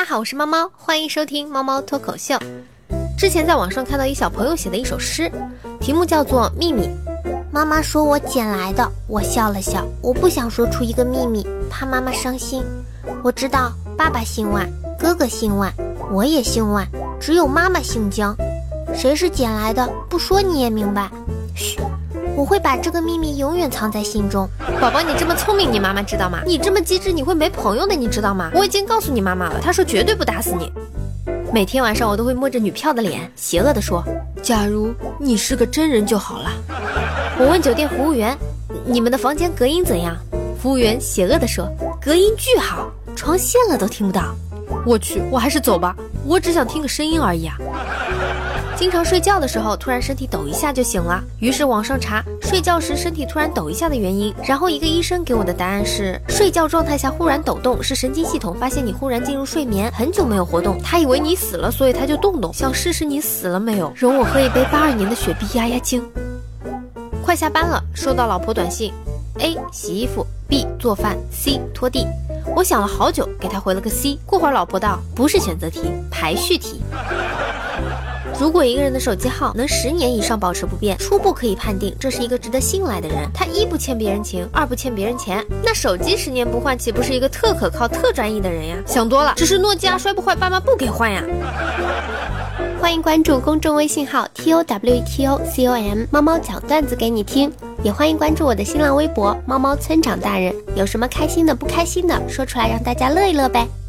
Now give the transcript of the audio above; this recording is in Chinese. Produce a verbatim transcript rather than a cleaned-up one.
家好，我是猫猫，欢迎收听猫猫脱口秀。之前在网上看到一小朋友写的一首诗，题目叫做《秘密》。 妈妈说我捡来的，我笑了笑，我不想说出一个秘密，怕妈妈伤心。我知道爸爸姓万，哥哥姓万，我也姓万，只有妈妈姓姜。谁是捡来的，不说你也明白。嘘，我会把这个秘密永远藏在心中。 宝宝，你这么聪明，你妈妈知道吗？你这么机智，你会没朋友的，你知道吗？我已经告诉你妈妈了，她说绝对不打死你。每天晚上我都会摸着女票的脸，邪恶地说，假如你是个真人就好了。我问酒店服务员，你们的房间隔音怎样？服务员邪恶地说，隔音巨好，床陷了都听不到。我去，我还是走吧，我只想听个声音而已啊。经常睡觉的时候突然身体抖一下就醒了，于是网上查睡觉时身体突然抖一下的原因，然后一个医生给我的答案是，睡觉状态下忽然抖动是神经系统发现你忽然进入睡眠，很久没有活动，他以为你死了，所以他就动动，想试试你死了没有。容我喝一杯八二年的雪碧压压惊。快下班了，收到老婆短信， A 洗衣服， B 做饭， C 拖地。我想了好久，给他回了个 C。 过会儿老婆道，不是选择题，排序题。如果一个人的手机号能十年以上保持不变，初步可以判定这是一个值得信赖的人。他一不欠别人情，二不欠别人钱，那手机十年不换岂不是一个特可靠特专一的人呀？想多了，只是诺基亚摔不坏，爸妈不给换呀。 欢迎关注公众微信号 T O W E T O C O M 猫猫讲段子给你听，也欢迎关注我的新浪微博猫猫村长大人，有什么开心的不开心的说出来让大家乐一乐呗。